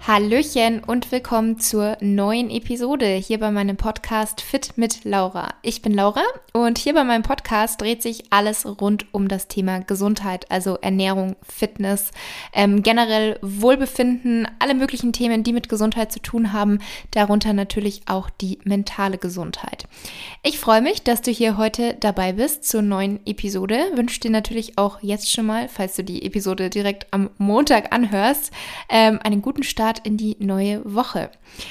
Hallöchen und willkommen zur neuen Episode hier bei meinem Podcast Fit mit Laura. Ich bin Laura und hier bei meinem Podcast dreht sich alles rund um das Thema Gesundheit, also Ernährung, Fitness, generell Wohlbefinden, alle möglichen Themen, die mit Gesundheit zu tun haben, darunter natürlich auch die mentale Gesundheit. Ich freue mich, dass du hier heute dabei bist zur neuen Episode. Wünsche dir natürlich auch jetzt schon mal, falls du die Episode direkt am Montag anhörst, einen guten Start in die neue Woche.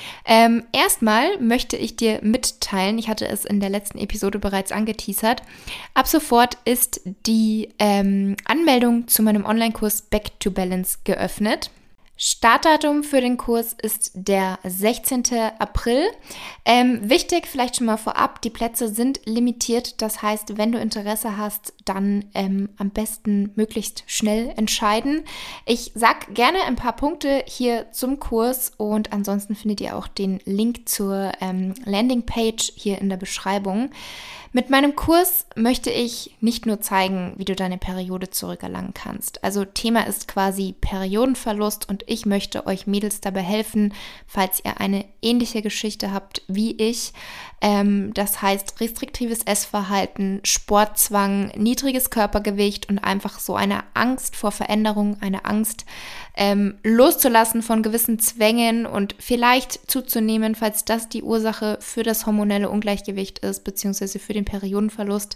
Erstmal möchte ich dir mitteilen, ich hatte es in der letzten Episode bereits angeteasert, ab sofort ist die Anmeldung zu meinem Online-Kurs Back to Balance geöffnet. Startdatum für den Kurs ist der 16. April. Wichtig, vielleicht schon mal vorab, die Plätze sind limitiert. Das heißt, wenn du Interesse hast, dann am besten möglichst schnell entscheiden. Ich sag gerne ein paar Punkte hier zum Kurs und ansonsten findet ihr auch den Link zur Landingpage hier in der Beschreibung. Mit meinem Kurs möchte ich nicht nur zeigen, wie du deine Periode zurückerlangen kannst. Also Thema ist quasi Periodenverlust und ich möchte euch Mädels dabei helfen, falls ihr eine ähnliche Geschichte habt wie ich. Das heißt restriktives Essverhalten, Sportzwang, niedriges Körpergewicht und einfach so eine Angst vor Veränderung, eine Angst loszulassen von gewissen Zwängen und vielleicht zuzunehmen, falls das die Ursache für das hormonelle Ungleichgewicht ist, beziehungsweise für den Periodenverlust.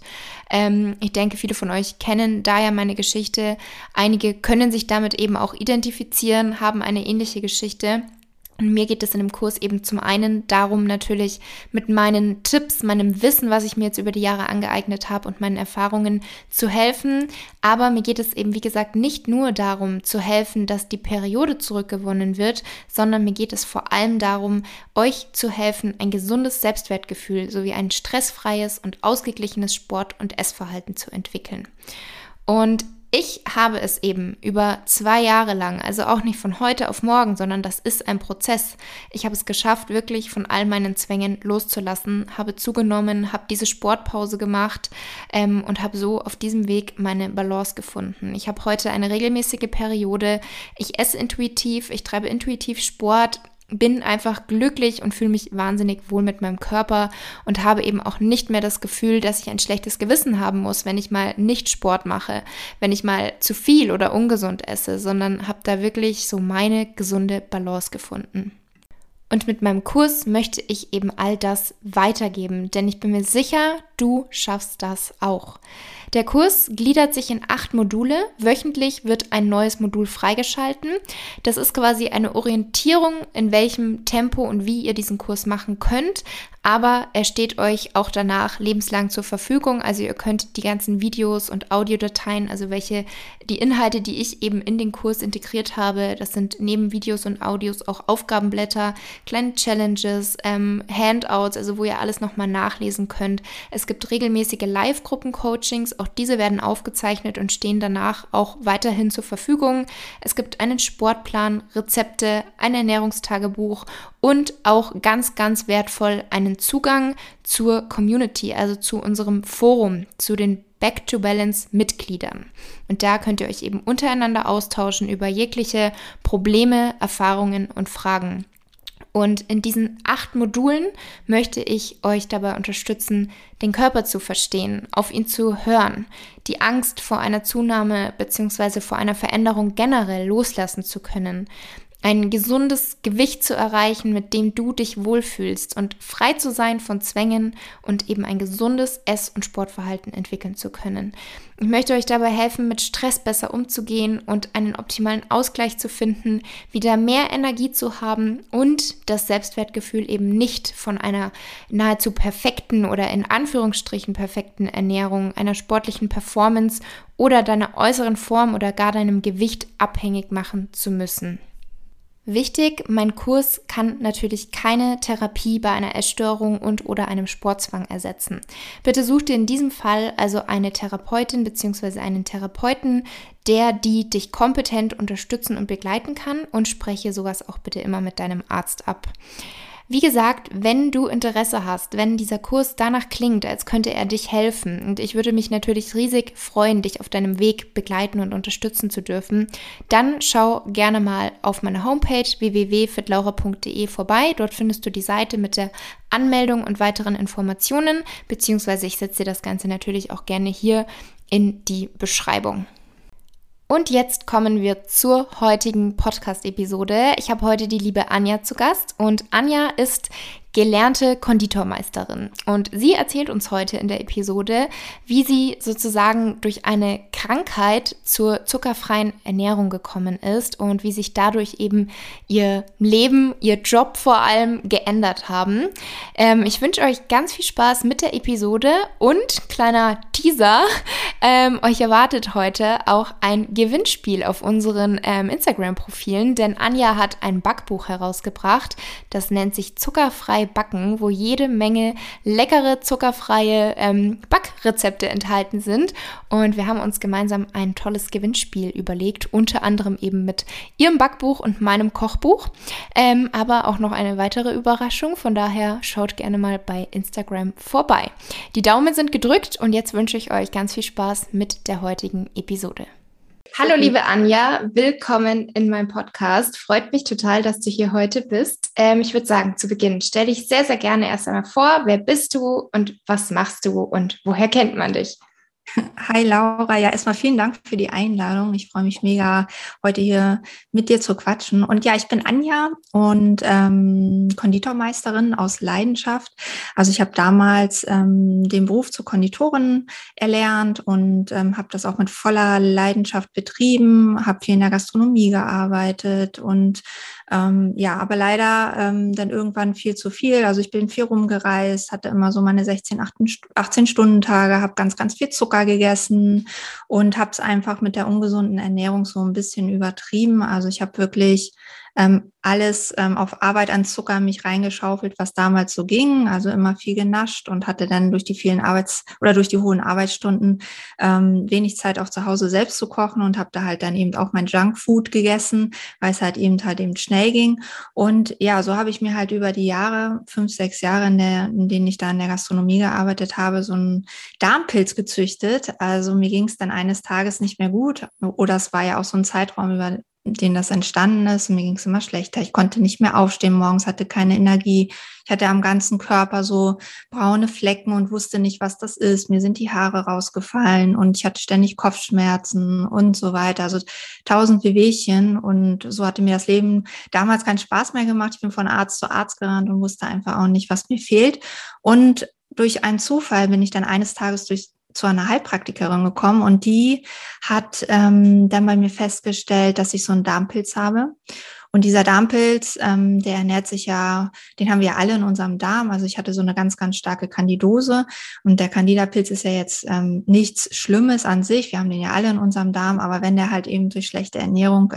Ich denke, viele von euch kennen da ja meine Geschichte. Einige können sich damit eben auch identifizieren, haben eine ähnliche Geschichte. Und mir geht es in dem Kurs eben zum einen darum, natürlich mit meinen Tipps, meinem Wissen, was ich mir jetzt über die Jahre angeeignet habe und meinen Erfahrungen zu helfen. Aber mir geht es eben, wie gesagt, nicht nur darum zu helfen, dass die Periode zurückgewonnen wird, sondern mir geht es vor allem darum, euch zu helfen, ein gesundes Selbstwertgefühl sowie ein stressfreies und ausgeglichenes Sport- und Essverhalten zu entwickeln. Und ich habe es eben über 2 Jahre lang, also auch nicht von heute auf morgen, sondern das ist ein Prozess. Ich habe es geschafft, wirklich von all meinen Zwängen loszulassen, habe zugenommen, habe diese Sportpause gemacht und habe so auf diesem Weg meine Balance gefunden. Ich habe heute eine regelmäßige Periode, ich esse intuitiv, ich treibe intuitiv Sport, bin einfach glücklich und fühle mich wahnsinnig wohl mit meinem Körper und habe eben auch nicht mehr das Gefühl, dass ich ein schlechtes Gewissen haben muss, wenn ich mal nicht Sport mache, wenn ich mal zu viel oder ungesund esse, sondern habe da wirklich so meine gesunde Balance gefunden. Und mit meinem Kurs möchte ich eben all das weitergeben, denn ich bin mir sicher, du schaffst das auch. Der Kurs gliedert sich in 8 Module. Wöchentlich wird ein neues Modul freigeschalten. Das ist quasi eine Orientierung, in welchem Tempo und wie ihr diesen Kurs machen könnt. Aber er steht euch auch danach lebenslang zur Verfügung. Also ihr könnt die ganzen Videos und Audiodateien, also die Inhalte, die ich eben in den Kurs integriert habe, das sind neben Videos und Audios auch Aufgabenblätter, kleine Challenges, Handouts, also wo ihr alles nochmal nachlesen könnt. Es gibt regelmäßige Live-Gruppen-Coachings, auch diese werden aufgezeichnet und stehen danach auch weiterhin zur Verfügung. Es gibt einen Sportplan, Rezepte, ein Ernährungstagebuch und auch ganz, ganz wertvoll einen Zugang zur Community, also zu unserem Forum, zu den Back to Balance Mitgliedern. Und da könnt ihr euch eben untereinander austauschen über jegliche Probleme, Erfahrungen und Fragen. Und in diesen 8 Modulen möchte ich euch dabei unterstützen, den Körper zu verstehen, auf ihn zu hören, die Angst vor einer Zunahme bzw. vor einer Veränderung generell loslassen zu können, ein gesundes Gewicht zu erreichen, mit dem du dich wohlfühlst und frei zu sein von Zwängen und eben ein gesundes Ess- und Sportverhalten entwickeln zu können. Ich möchte euch dabei helfen, mit Stress besser umzugehen und einen optimalen Ausgleich zu finden, wieder mehr Energie zu haben und das Selbstwertgefühl eben nicht von einer nahezu perfekten oder in Anführungsstrichen perfekten Ernährung, einer sportlichen Performance oder deiner äußeren Form oder gar deinem Gewicht abhängig machen zu müssen. Wichtig, mein Kurs kann natürlich keine Therapie bei einer Essstörung und/oder einem Sportzwang ersetzen. Bitte such dir in diesem Fall also eine Therapeutin bzw. einen Therapeuten, die dich kompetent unterstützen und begleiten kann, und spreche sowas auch bitte immer mit deinem Arzt ab. Wie gesagt, wenn du Interesse hast, wenn dieser Kurs danach klingt, als könnte er dich helfen, und ich würde mich natürlich riesig freuen, dich auf deinem Weg begleiten und unterstützen zu dürfen, dann schau gerne mal auf meiner Homepage www.fitlaura.de vorbei. Dort findest du die Seite mit der Anmeldung und weiteren Informationen, beziehungsweise ich setze dir das Ganze natürlich auch gerne hier in die Beschreibung. Und jetzt kommen wir zur heutigen Podcast-Episode. Ich habe heute die liebe Anja zu Gast und Anja ist gelernte Konditormeisterin und sie erzählt uns heute in der Episode, wie sie sozusagen durch eine Krankheit zur zuckerfreien Ernährung gekommen ist und wie sich dadurch eben ihr Leben, ihr Job vor allem geändert haben. Ich wünsche euch ganz viel Spaß mit der Episode und kleiner Teaser, euch erwartet heute auch ein Gewinnspiel auf unseren Instagram-Profilen, denn Anja hat ein Backbuch herausgebracht, das nennt sich Zuckerfrei Backen, wo jede Menge leckere, zuckerfreie Backrezepte enthalten sind. Und wir haben uns gemeinsam ein tolles Gewinnspiel überlegt, unter anderem eben mit ihrem Backbuch und meinem Kochbuch, aber auch noch eine weitere Überraschung. Von daher schaut gerne mal bei Instagram vorbei. Die Daumen sind gedrückt und jetzt wünsche ich euch ganz viel Spaß mit der heutigen Episode. Hallo liebe Anja, willkommen in meinem Podcast. Freut mich total, dass du hier heute bist. Ich würde sagen, zu Beginn stell dich sehr, sehr gerne erst einmal vor. Wer bist du und was machst du und woher kennt man dich? Hi Laura, ja, erstmal vielen Dank für die Einladung. Ich freue mich mega, heute hier mit dir zu quatschen. Und ja, ich bin Anja und Konditormeisterin aus Leidenschaft. Also ich habe damals den Beruf zur Konditorin erlernt und habe das auch mit voller Leidenschaft betrieben, habe viel in der Gastronomie gearbeitet und ja, aber leider dann irgendwann viel zu viel. Also ich bin viel rumgereist, hatte immer so meine 16, 18 Stunden Tage, habe ganz, ganz viel Zucker gegessen und habe es einfach mit der ungesunden Ernährung so ein bisschen übertrieben. Also ich habe wirklich alles auf Arbeit an Zucker mich reingeschaufelt, was damals so ging. Also immer viel genascht und hatte dann durch die vielen durch die hohen Arbeitsstunden wenig Zeit auch zu Hause selbst zu kochen und habe da halt dann eben auch mein Junkfood gegessen, weil es halt eben schnell ging. Und ja, so habe ich mir halt über die Jahre, 5, 6 Jahre, in denen ich da in der Gastronomie gearbeitet habe, so einen Darmpilz gezüchtet. Also mir ging es dann eines Tages nicht mehr gut. Oder es war ja auch so ein Zeitraum, über den das entstanden ist. Und mir ging es immer schlechter. Ich konnte nicht mehr aufstehen morgens, hatte keine Energie. Ich hatte am ganzen Körper so braune Flecken und wusste nicht, was das ist. Mir sind die Haare rausgefallen und ich hatte ständig Kopfschmerzen und so weiter. Also 1000 Wehwehchen. Und so hatte mir das Leben damals keinen Spaß mehr gemacht. Ich bin von Arzt zu Arzt gerannt und wusste einfach auch nicht, was mir fehlt. Und durch einen Zufall bin ich dann eines Tages zu einer Heilpraktikerin gekommen und die hat dann bei mir festgestellt, dass ich so einen Darmpilz habe. Und dieser Darmpilz, der ernährt sich ja, den haben wir alle in unserem Darm. Also ich hatte so eine ganz, ganz starke Candidose und der Candida-Pilz ist ja jetzt nichts Schlimmes an sich. Wir haben den ja alle in unserem Darm, aber wenn der halt eben durch schlechte Ernährung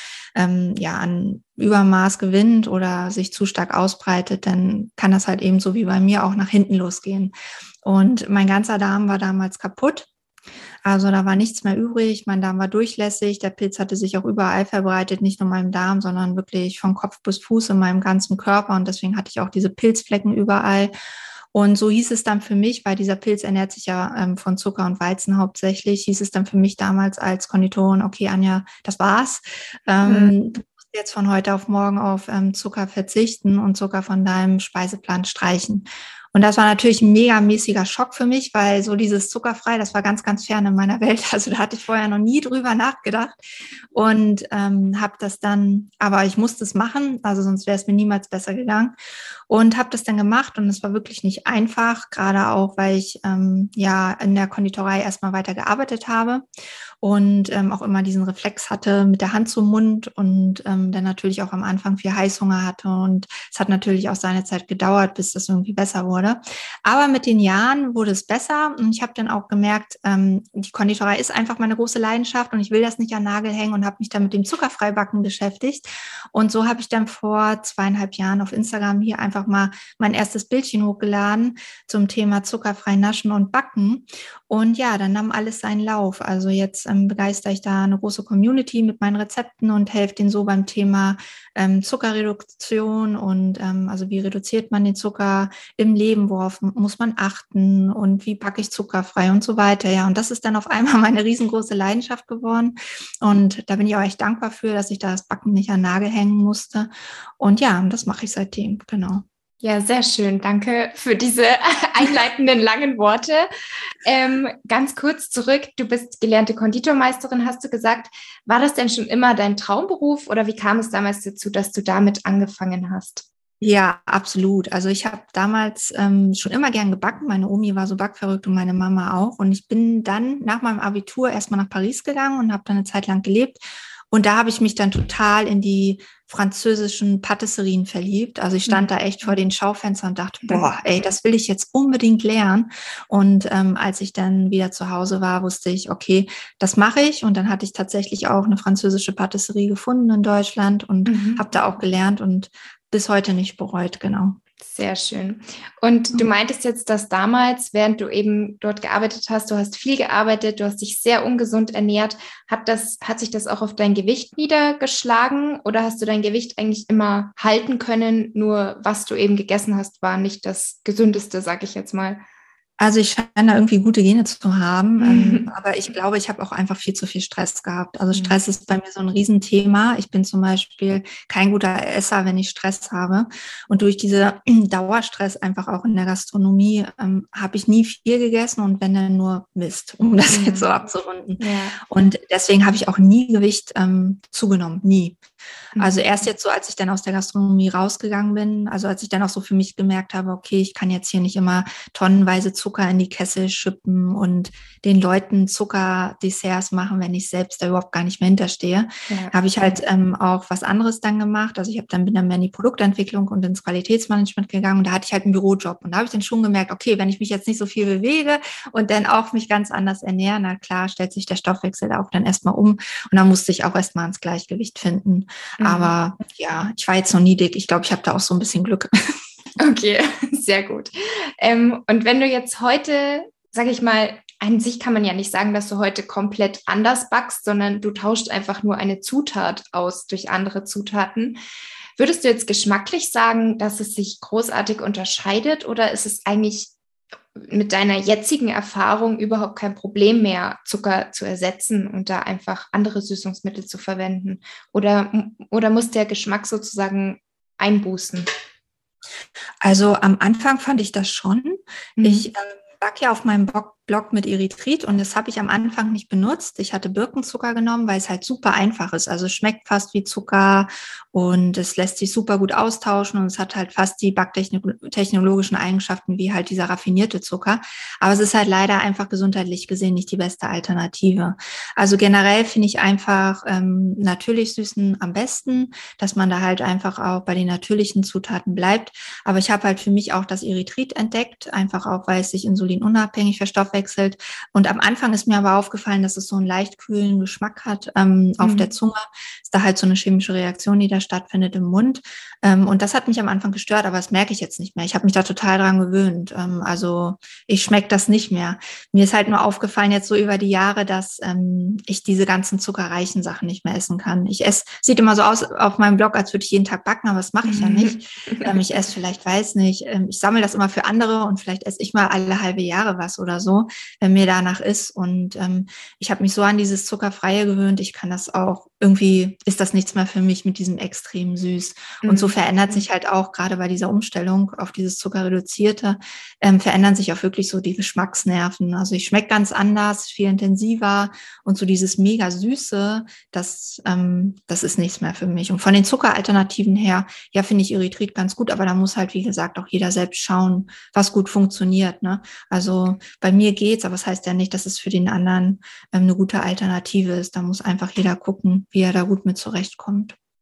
ja an Übermaß gewinnt oder sich zu stark ausbreitet, dann kann das halt eben so wie bei mir auch nach hinten losgehen. Und mein ganzer Darm war damals kaputt. Also da war nichts mehr übrig. Mein Darm war durchlässig. Der Pilz hatte sich auch überall verbreitet, nicht nur in meinem Darm, sondern wirklich von Kopf bis Fuß in meinem ganzen Körper. Und deswegen hatte ich auch diese Pilzflecken überall. Und so hieß es dann für mich, weil dieser Pilz ernährt sich ja von Zucker und Weizen hauptsächlich, hieß es dann für mich damals als Konditorin, okay, Anja, das war's. Du musst jetzt von heute auf morgen auf Zucker verzichten und Zucker von deinem Speiseplan streichen. Und das war natürlich ein megamäßiger Schock für mich, weil so dieses zuckerfrei, das war ganz, ganz fern in meiner Welt. Also da hatte ich vorher noch nie drüber nachgedacht und habe das dann, aber ich musste es machen, also sonst wäre es mir niemals besser gegangen und habe das dann gemacht und es war wirklich nicht einfach, gerade auch, weil ich ja in der Konditorei erstmal weiter gearbeitet habe und auch immer diesen Reflex hatte mit der Hand zum Mund und dann natürlich auch am Anfang viel Heißhunger hatte und es hat natürlich auch seine Zeit gedauert, bis das irgendwie besser wurde. Schokolade. Aber mit den Jahren wurde es besser und ich habe dann auch gemerkt, die Konditorei ist einfach meine große Leidenschaft und ich will das nicht an den Nagel hängen und habe mich dann mit dem Zuckerfreibacken beschäftigt. Und so habe ich dann vor 2,5 Jahren auf Instagram hier einfach mal mein erstes Bildchen hochgeladen zum Thema zuckerfrei naschen und backen. Und ja, dann nahm alles seinen Lauf. Also jetzt begeistere ich da eine große Community mit meinen Rezepten und helfe denen so beim Thema Zuckerreduktion und also wie reduziert man den Zucker im Leben, worauf muss man achten und wie backe ich zuckerfrei und so weiter. Ja, und das ist dann auf einmal meine riesengroße Leidenschaft geworden. Und da bin ich auch echt dankbar für, dass ich da das Backen nicht an den Nagel hängen musste. Und ja, das mache ich seitdem, genau. Ja, sehr schön. Danke für diese einleitenden langen Worte. Ganz kurz zurück. Du bist gelernte Konditormeisterin, hast du gesagt. War das denn schon immer dein Traumberuf oder wie kam es damals dazu, dass du damit angefangen hast? Ja, absolut. Also ich habe damals schon immer gern gebacken. Meine Omi war so backverrückt und meine Mama auch. Und ich bin dann nach meinem Abitur erstmal nach Paris gegangen und habe dann eine Zeit lang gelebt. Und da habe ich mich dann total in die französischen Patisserien verliebt. Also ich stand da echt vor den Schaufenstern und dachte, boah, ey, das will ich jetzt unbedingt lernen. Und als ich dann wieder zu Hause war, wusste ich, okay, das mache ich. Und dann hatte ich tatsächlich auch eine französische Patisserie gefunden in Deutschland und habe da auch gelernt und bis heute nicht bereut, genau. Sehr schön. Und du meintest jetzt, dass damals, während du eben dort gearbeitet hast, du hast viel gearbeitet, du hast dich sehr ungesund ernährt. Hat sich das auch auf dein Gewicht niedergeschlagen oder hast du dein Gewicht eigentlich immer halten können? Nur was du eben gegessen hast, war nicht das Gesündeste, sag ich jetzt mal. Also ich scheine da irgendwie gute Gene zu haben, aber ich glaube, ich habe auch einfach viel zu viel Stress gehabt. Also Stress ist bei mir so ein Riesenthema. Ich bin zum Beispiel kein guter Esser, wenn ich Stress habe. Und durch diese Dauerstress einfach auch in der Gastronomie habe ich nie viel gegessen und wenn dann nur Mist, um das jetzt so abzurunden. Ja. Und deswegen habe ich auch nie Gewicht zugenommen, nie. Also erst jetzt so, als ich dann aus der Gastronomie rausgegangen bin, also als ich dann auch so für mich gemerkt habe, okay, ich kann jetzt hier nicht immer tonnenweise Zucker in die Kessel schippen und den Leuten Zuckerdesserts machen, wenn ich selbst da überhaupt gar nicht mehr hinterstehe, habe ich halt auch was anderes dann gemacht. Also bin dann mehr in die Produktentwicklung und ins Qualitätsmanagement gegangen und da hatte ich halt einen Bürojob und da habe ich dann schon gemerkt, okay, wenn ich mich jetzt nicht so viel bewege und dann auch mich ganz anders ernähre, na klar, stellt sich der Stoffwechsel auch dann erstmal um und dann musste ich auch erstmal ins Gleichgewicht finden. Aber ja, ich war jetzt noch nie dick. Ich glaube, ich habe da auch so ein bisschen Glück. Okay, sehr gut. Und wenn du jetzt heute, sage ich mal, an sich kann man ja nicht sagen, dass du heute komplett anders backst, sondern du tauscht einfach nur eine Zutat aus durch andere Zutaten. Würdest du jetzt geschmacklich sagen, dass es sich großartig unterscheidet oder ist es eigentlich mit deiner jetzigen Erfahrung überhaupt kein Problem mehr, Zucker zu ersetzen und da einfach andere Süßungsmittel zu verwenden? Oder muss der Geschmack sozusagen einbußen? Also am Anfang fand ich das schon. Ich backe ja auf meinem Blog mit Erythrit und das habe ich am Anfang nicht benutzt. Ich hatte Birkenzucker genommen, weil es halt super einfach ist. Also es schmeckt fast wie Zucker und es lässt sich super gut austauschen und es hat halt fast die backtechnologischen Eigenschaften wie halt dieser raffinierte Zucker. Aber es ist halt leider einfach gesundheitlich gesehen nicht die beste Alternative. Also generell finde ich einfach natürlich Süßen am besten, dass man da halt einfach auch bei den natürlichen Zutaten bleibt. Aber ich habe halt für mich auch das Erythrit entdeckt, einfach auch, weil es sich insulinunabhängig verstoffwechselt. Und am Anfang ist mir aber aufgefallen, dass es so einen leicht kühlen Geschmack hat auf der Zunge. Ist da halt so eine chemische Reaktion, die da stattfindet im Mund. Und das hat mich am Anfang gestört, aber das merke ich jetzt nicht mehr. Ich habe mich da total dran gewöhnt. Also ich schmecke das nicht mehr. Mir ist halt nur aufgefallen jetzt so über die Jahre, dass ich diese ganzen zuckerreichen Sachen nicht mehr essen kann. Sieht immer so aus auf meinem Blog, als würde ich jeden Tag backen, aber das mache ich ja nicht. Ich esse vielleicht, weiß nicht, ich sammle das immer für andere und vielleicht esse ich mal alle halbe Jahre was oder so, wenn mir danach ist. Und ich habe mich so an dieses Zuckerfreie gewöhnt, ich kann das auch, irgendwie ist das nichts mehr für mich mit diesem extrem süß. Und so verändert sich halt auch gerade bei dieser Umstellung auf dieses Zuckerreduzierte, verändern sich auch wirklich so die Geschmacksnerven. Also ich schmecke ganz anders, viel intensiver und so dieses mega Süße, das ist nichts mehr für mich. Und von den Zuckeralternativen her, ja, finde ich Erythrit ganz gut, aber da muss halt, wie gesagt, auch jeder selbst schauen, was gut funktioniert, ne? Also bei mir geht's, aber das heißt ja nicht, dass es für den anderen eine gute Alternative ist. Da muss einfach jeder gucken, wie er da gut mit zurechtkommt.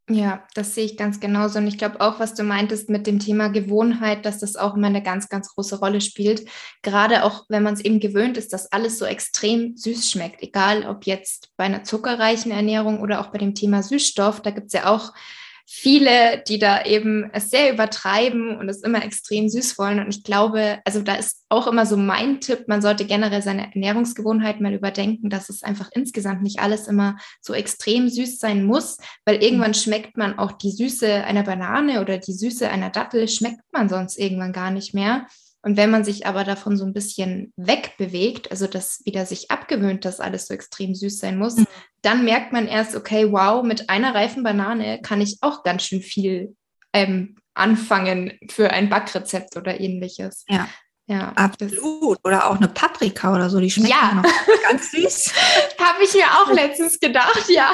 Ja, das sehe ich ganz genauso. Und ich glaube auch, was du meintest mit dem Thema Gewohnheit, dass das auch immer eine ganz, ganz große Rolle spielt. Gerade auch, wenn man es eben gewöhnt ist, dass alles so extrem süß schmeckt. Egal, ob jetzt bei einer zuckerreichen Ernährung oder auch bei dem Thema Süßstoff. Da gibt es ja auch viele, die da eben es sehr übertreiben und es immer extrem süß wollen. Und ich glaube, also da ist auch immer so mein Tipp, man sollte generell seine Ernährungsgewohnheiten mal überdenken, dass es einfach insgesamt nicht alles immer so extrem süß sein muss, weil irgendwann schmeckt man auch die Süße einer Banane oder die Süße einer Dattel, schmeckt man sonst irgendwann gar nicht mehr. Und wenn man sich aber davon so ein bisschen wegbewegt, also das wieder sich abgewöhnt, dass alles so extrem süß sein muss, dann merkt man erst, okay, wow, mit einer reifen Banane kann ich auch ganz schön viel anfangen für ein Backrezept oder ähnliches. Ja, Ja, absolut. Oder auch eine Paprika oder so, die schmeckt ja noch ganz süß. Habe ich mir auch letztens gedacht, ja.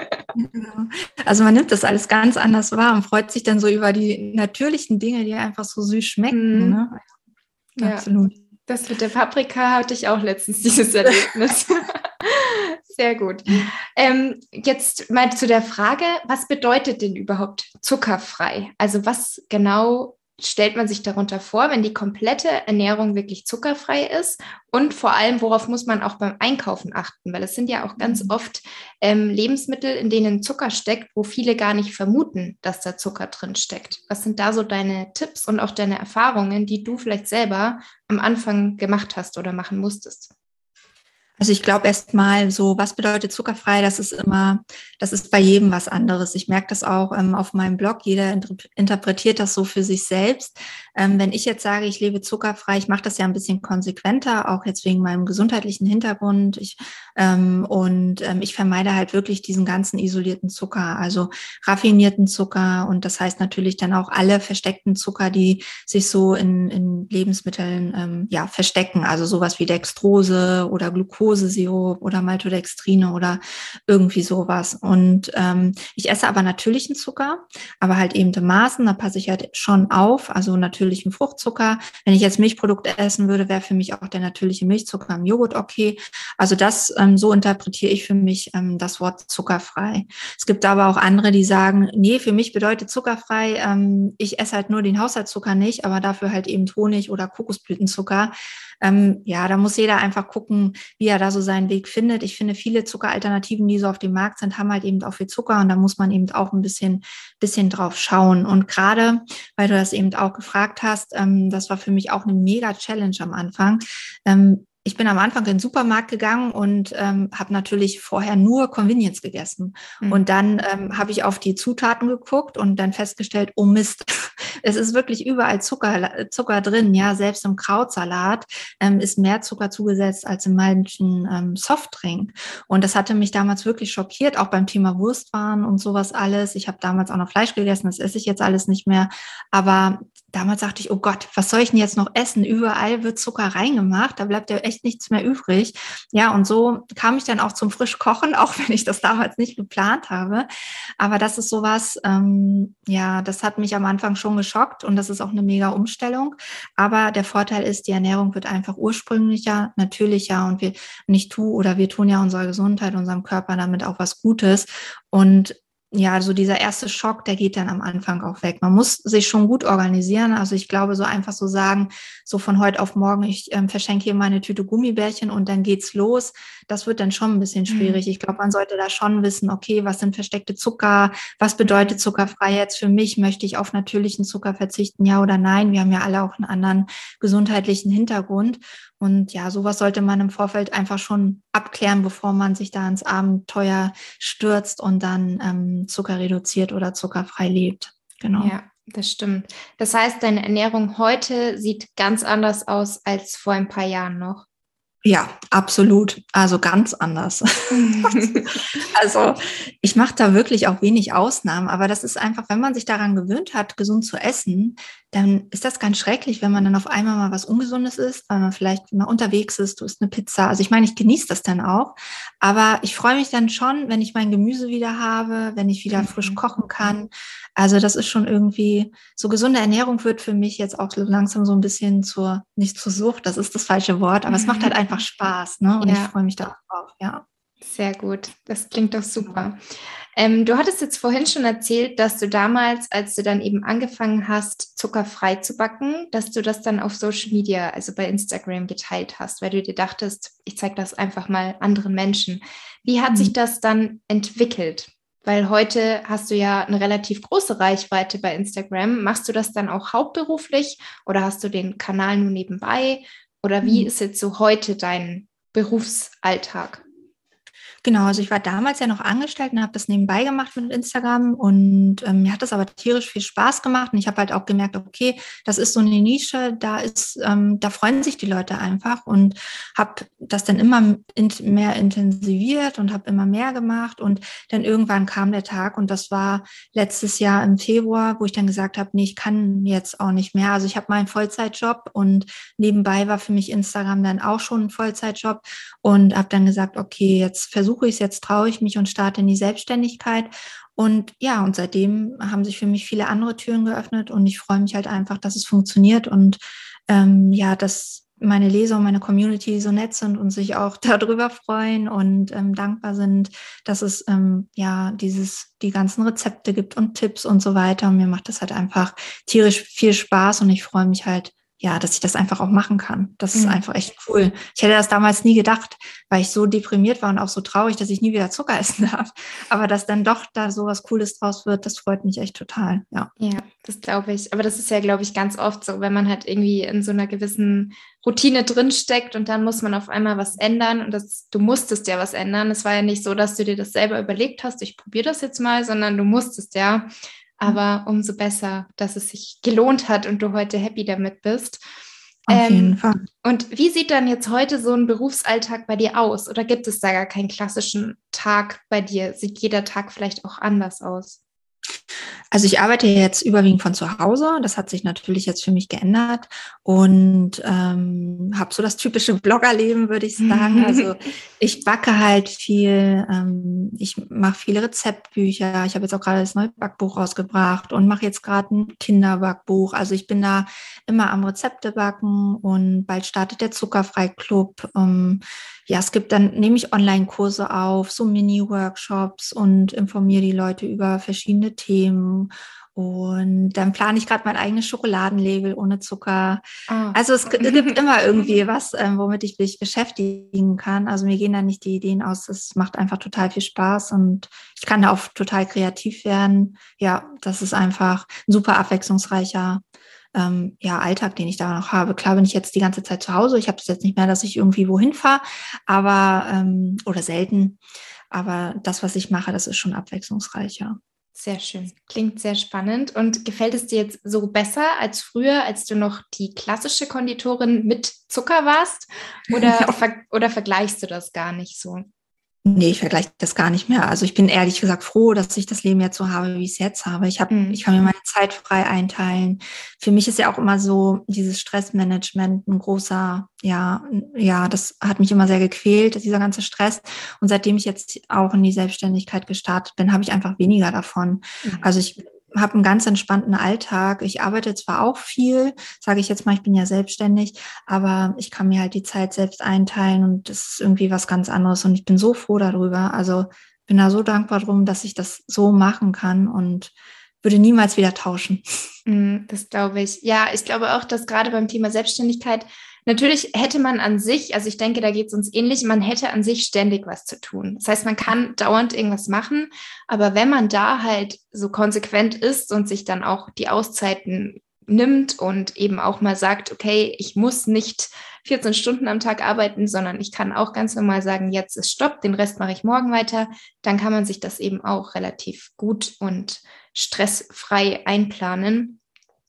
Also man nimmt das alles ganz anders wahr und freut sich dann so über die natürlichen Dinge, die einfach so süß schmecken. Ne? Ja, absolut. Das mit der Paprika hatte ich auch letztens, dieses Erlebnis. Sehr gut. Jetzt mal zu der Frage, was bedeutet denn überhaupt zuckerfrei? Also was genau stellt man sich darunter vor, wenn die komplette Ernährung wirklich zuckerfrei ist? Und vor allem, worauf muss man auch beim Einkaufen achten? Weil es sind ja auch ganz oft Lebensmittel, in denen Zucker steckt, wo viele gar nicht vermuten, dass da Zucker drin steckt. Was sind da so deine Tipps und auch deine Erfahrungen, die du vielleicht selber am Anfang gemacht hast oder machen musstest? Also ich glaube erstmal so, was bedeutet zuckerfrei? Das ist bei jedem was anderes. Ich merke das auch auf meinem Blog. Jeder interpretiert das so für sich selbst. Wenn ich jetzt sage, ich lebe zuckerfrei, ich mache das ja ein bisschen konsequenter, auch jetzt wegen meinem gesundheitlichen Hintergrund. Ich vermeide halt wirklich diesen ganzen isolierten Zucker, also raffinierten Zucker. Und das heißt natürlich dann auch alle versteckten Zucker, die sich so in Lebensmitteln verstecken. Also sowas wie Dextrose oder Glukosesirup oder Maltodextrine oder irgendwie sowas. Und ich esse aber natürlichen Zucker, aber halt eben in Maßen, da passe ich halt schon auf, also natürlichen Fruchtzucker. Wenn ich jetzt Milchprodukte essen würde, wäre für mich auch der natürliche Milchzucker im Joghurt okay. Also das, so interpretiere ich für mich das Wort zuckerfrei. Es gibt aber auch andere, die sagen, nee, für mich bedeutet zuckerfrei, ich esse halt nur den Haushaltszucker nicht, aber dafür halt eben Honig oder Kokosblütenzucker. Da muss jeder einfach gucken, wie er da so seinen Weg findet. Ich finde, viele Zuckeralternativen, die so auf dem Markt sind, haben halt eben auch viel Zucker und da muss man eben auch ein bisschen drauf schauen. Und gerade, weil du das eben auch gefragt hast, das war für mich auch eine mega Challenge am Anfang. Ich bin am Anfang in den Supermarkt gegangen und habe natürlich vorher nur Convenience gegessen. Und dann habe ich auf die Zutaten geguckt und dann festgestellt, oh Mist, es ist wirklich überall Zucker drin. Ja, selbst im Krautsalat ist mehr Zucker zugesetzt als in manchen Softdrink. Und das hatte mich damals wirklich schockiert, auch beim Thema Wurstwaren und sowas alles. Ich habe damals auch noch Fleisch gegessen, das esse ich jetzt alles nicht mehr. Aber damals dachte ich, oh Gott, was soll ich denn jetzt noch essen? Überall wird Zucker reingemacht, da bleibt ja echt nichts mehr übrig. Ja, und so kam ich dann auch zum Frischkochen, auch wenn ich das damals nicht geplant habe. Aber das ist sowas, das hat mich am Anfang schon geschockt und das ist auch eine mega Umstellung. Aber der Vorteil ist, die Ernährung wird einfach ursprünglicher, natürlicher und wir tun ja unserer Gesundheit, unserem Körper damit auch was Gutes. Und ja, so dieser erste Schock, der geht dann am Anfang auch weg. Man muss sich schon gut organisieren. Also ich glaube, so einfach so sagen, so von heute auf morgen, ich verschenke hier meine Tüte Gummibärchen und dann geht's los. Das wird dann schon ein bisschen schwierig. Ich glaube, man sollte da schon wissen, okay, was sind versteckte Zucker? Was bedeutet zuckerfrei jetzt für mich? Möchte ich auf natürlichen Zucker verzichten? Ja oder nein? Wir haben ja alle auch einen anderen gesundheitlichen Hintergrund. Und ja, sowas sollte man im Vorfeld einfach schon abklären, bevor man sich da ins Abenteuer stürzt und dann Zucker reduziert oder zuckerfrei lebt. Genau. Ja, das stimmt. Das heißt, deine Ernährung heute sieht ganz anders aus als vor ein paar Jahren noch. Ja, absolut. Also ganz anders. Also ich mache da wirklich auch wenig Ausnahmen, aber das ist einfach, wenn man sich daran gewöhnt hat, gesund zu essen, dann ist das ganz schrecklich, wenn man dann auf einmal mal was Ungesundes isst, weil man vielleicht mal unterwegs ist, du isst eine Pizza. Also ich meine, ich genieße das dann auch, aber ich freue mich dann schon, wenn ich mein Gemüse wieder habe, wenn ich wieder frisch kochen kann. Also das ist schon irgendwie, so gesunde Ernährung wird für mich jetzt auch langsam so ein bisschen nicht zur Sucht, das ist das falsche Wort, aber es macht halt einfach Spaß, ne? Und ich freue mich darauf, ja. Sehr gut, das klingt doch super. Du hattest jetzt vorhin schon erzählt, dass du damals, als du dann eben angefangen hast, zuckerfrei zu backen, dass du das dann auf Social Media, also bei Instagram, geteilt hast, weil du dir dachtest, ich zeige das einfach mal anderen Menschen. Wie hat sich das dann entwickelt? Weil heute hast du ja eine relativ große Reichweite bei Instagram. Machst du das dann auch hauptberuflich oder hast du den Kanal nur nebenbei? Oder wie Mhm. ist jetzt so heute dein Berufsalltag? Genau, also ich war damals ja noch angestellt und habe das nebenbei gemacht mit Instagram und mir hat das aber tierisch viel Spaß gemacht und ich habe halt auch gemerkt, okay, das ist so eine Nische, da freuen sich die Leute einfach und habe das dann immer mehr intensiviert und habe immer mehr gemacht und dann irgendwann kam der Tag und das war letztes Jahr im Februar, wo ich dann gesagt habe, nee, ich kann jetzt auch nicht mehr. Also ich habe meinen Vollzeitjob und nebenbei war für mich Instagram dann auch schon ein Vollzeitjob und habe dann gesagt, okay, jetzt versuche ich es, jetzt traue ich mich und starte in die Selbstständigkeit. Und ja, und seitdem haben sich für mich viele andere Türen geöffnet und ich freue mich halt einfach, dass es funktioniert und ja, dass meine Leser und meine Community so nett sind und sich auch darüber freuen und dankbar sind, dass es ja die ganzen Rezepte gibt und Tipps und so weiter. Und mir macht das halt einfach tierisch viel Spaß und ich freue mich halt, ja, dass ich das einfach auch machen kann. Das ist Mhm. einfach echt cool. Ich hätte das damals nie gedacht, weil ich so deprimiert war und auch so traurig, dass ich nie wieder Zucker essen darf. Aber dass dann doch da so was Cooles draus wird, das freut mich echt total. Ja. Ja, das glaube ich. Aber das ist ja, glaube ich, ganz oft so, wenn man halt irgendwie in so einer gewissen Routine drinsteckt und dann muss man auf einmal was ändern und du musstest ja was ändern. Es war ja nicht so, dass du dir das selber überlegt hast, ich probiere das jetzt mal, sondern du musstest ja. Aber umso besser, dass es sich gelohnt hat und du heute happy damit bist. Auf jeden Fall. Und wie sieht dann jetzt heute so ein Berufsalltag bei dir aus? Oder gibt es da gar keinen klassischen Tag bei dir? Sieht jeder Tag vielleicht auch anders aus? Also ich arbeite jetzt überwiegend von zu Hause. Das hat sich natürlich jetzt für mich geändert und habe so das typische Bloggerleben, würde ich sagen. Also ich backe halt viel, ich mache viele Rezeptbücher. Ich habe jetzt auch gerade das neue Backbuch rausgebracht und mache jetzt gerade ein Kinderbackbuch. Also ich bin da immer am Rezepte backen und bald startet der Zuckerfrei-Club. Ja, es gibt dann, nehme ich Online-Kurse auf, so Mini-Workshops und informiere die Leute über verschiedene Themen. Und dann plane ich gerade mein eigenes Schokoladenlabel ohne Zucker. Ah. Also es gibt immer irgendwie was, womit ich mich beschäftigen kann. Also mir gehen da nicht die Ideen aus. Es macht einfach total viel Spaß und ich kann da auch total kreativ werden. Ja, das ist einfach ein super abwechslungsreicher ja, Alltag, den ich da noch habe. Klar bin ich jetzt die ganze Zeit zu Hause. Ich habe es jetzt nicht mehr, dass ich irgendwie wohin fahre, aber oder selten. Aber das, was ich mache, das ist schon abwechslungsreicher. Sehr schön. Klingt sehr spannend. Und gefällt es dir jetzt so besser als früher, als du noch die klassische Konditorin mit Zucker warst? Oder vergleichst du das gar nicht so? Nee, ich vergleiche das gar nicht mehr. Also ich bin ehrlich gesagt froh, dass ich das Leben jetzt so habe, wie ich es jetzt habe. Ich Mhm. kann mir meine Zeit frei einteilen. Für mich ist ja auch immer so dieses Stressmanagement ein großer, ja, das hat mich immer sehr gequält, dieser ganze Stress. Und seitdem ich jetzt auch in die Selbstständigkeit gestartet bin, habe ich einfach weniger davon. Mhm. Also ich habe einen ganz entspannten Alltag. Ich arbeite zwar auch viel, sage ich jetzt mal, ich bin ja selbstständig, aber ich kann mir halt die Zeit selbst einteilen und das ist irgendwie was ganz anderes und ich bin so froh darüber. Also bin da so dankbar drum, dass ich das so machen kann und würde niemals wieder tauschen. Das glaube ich. Ja, ich glaube auch, dass gerade beim Thema Selbstständigkeit, natürlich hätte man an sich, also ich denke, da geht es uns ähnlich, man hätte an sich ständig was zu tun. Das heißt, man kann dauernd irgendwas machen, aber wenn man da halt so konsequent ist und sich dann auch die Auszeiten nimmt und eben auch mal sagt, okay, ich muss nicht 14 Stunden am Tag arbeiten, sondern ich kann auch ganz normal sagen, jetzt ist Stopp, den Rest mache ich morgen weiter, dann kann man sich das eben auch relativ gut und stressfrei einplanen.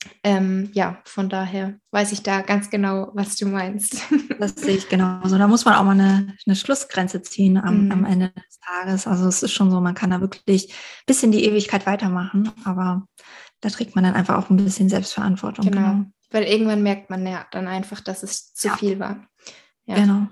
Ja, von daher weiß ich da ganz genau, was du meinst. Das sehe ich genauso. Da muss man auch mal eine Schlussgrenze ziehen am Mm, Ende des Tages. Also es ist schon so, man kann da wirklich bis in die Ewigkeit weitermachen, aber da trägt man dann einfach auch ein bisschen Selbstverantwortung, genau, genau. weil irgendwann merkt man ja dann einfach, dass es zu Ja, viel war. Ja. genau.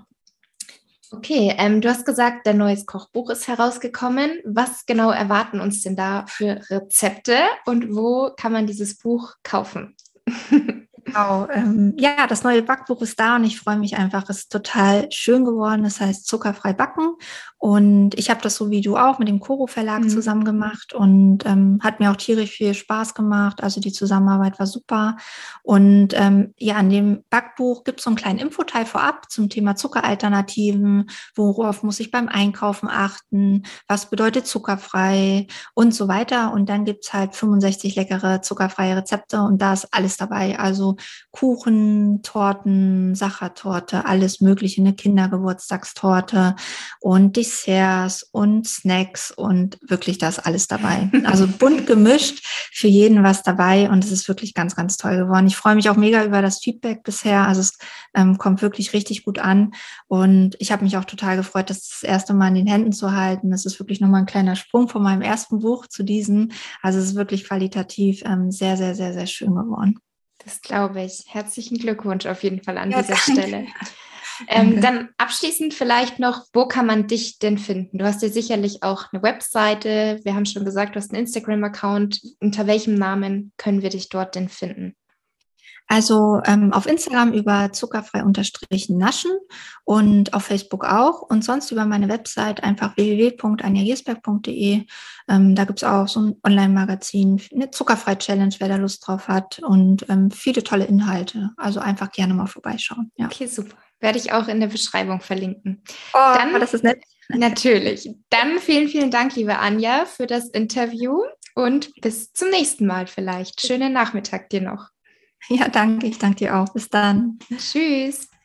Okay, du hast gesagt, dein neues Kochbuch ist herausgekommen. Was genau erwarten uns denn da für Rezepte und wo kann man dieses Buch kaufen? Genau. Ja, das neue Backbuch ist da und ich freue mich einfach. Es ist total schön geworden. Das heißt zuckerfrei backen. Und ich habe das so wie du auch mit dem Koro Verlag Mhm. zusammen gemacht und hat mir auch tierisch viel Spaß gemacht. Also die Zusammenarbeit war super. Und ja, an dem Backbuch gibt es so einen kleinen Infoteil vorab zum Thema Zuckeralternativen. Worauf muss ich beim Einkaufen achten? Was bedeutet zuckerfrei? Und so weiter. Und dann gibt's halt 65 leckere zuckerfreie Rezepte und da ist alles dabei. Also Kuchen, Torten, Sachertorte, alles mögliche, eine Kindergeburtstagstorte und Desserts und Snacks und wirklich da ist alles dabei. Also bunt gemischt, für jeden was dabei und es ist wirklich ganz, ganz toll geworden. Ich freue mich auch mega über das Feedback bisher. Also es kommt wirklich richtig gut an und ich habe mich auch total gefreut, das erste Mal in den Händen zu halten. Das ist wirklich nochmal ein kleiner Sprung von meinem ersten Buch zu diesem. Also es ist wirklich qualitativ sehr, sehr, sehr, sehr schön geworden. Das glaube ich. Herzlichen Glückwunsch auf jeden Fall an Ja, dieser danke. Stelle. Danke. Dann abschließend vielleicht noch, wo kann man dich denn finden? Du hast ja sicherlich auch eine Webseite. Wir haben schon gesagt, du hast einen Instagram-Account. Unter welchem Namen können wir dich dort denn finden? Also auf Instagram über zuckerfrei-naschen und auf Facebook auch und sonst über meine Website einfach www.anjagirsberg.de. Da gibt's auch so ein Online-Magazin, eine Zuckerfrei-Challenge, wer da Lust drauf hat und viele tolle Inhalte. Also einfach gerne mal vorbeischauen. Ja. Okay, super. Werde ich auch in der Beschreibung verlinken. Oh, Dann das ist nett. natürlich. Dann vielen, vielen Dank, liebe Anja, für das Interview und bis zum nächsten Mal vielleicht. Schönen Nachmittag dir noch. Ja, danke. Ich danke dir auch. Bis dann. Tschüss.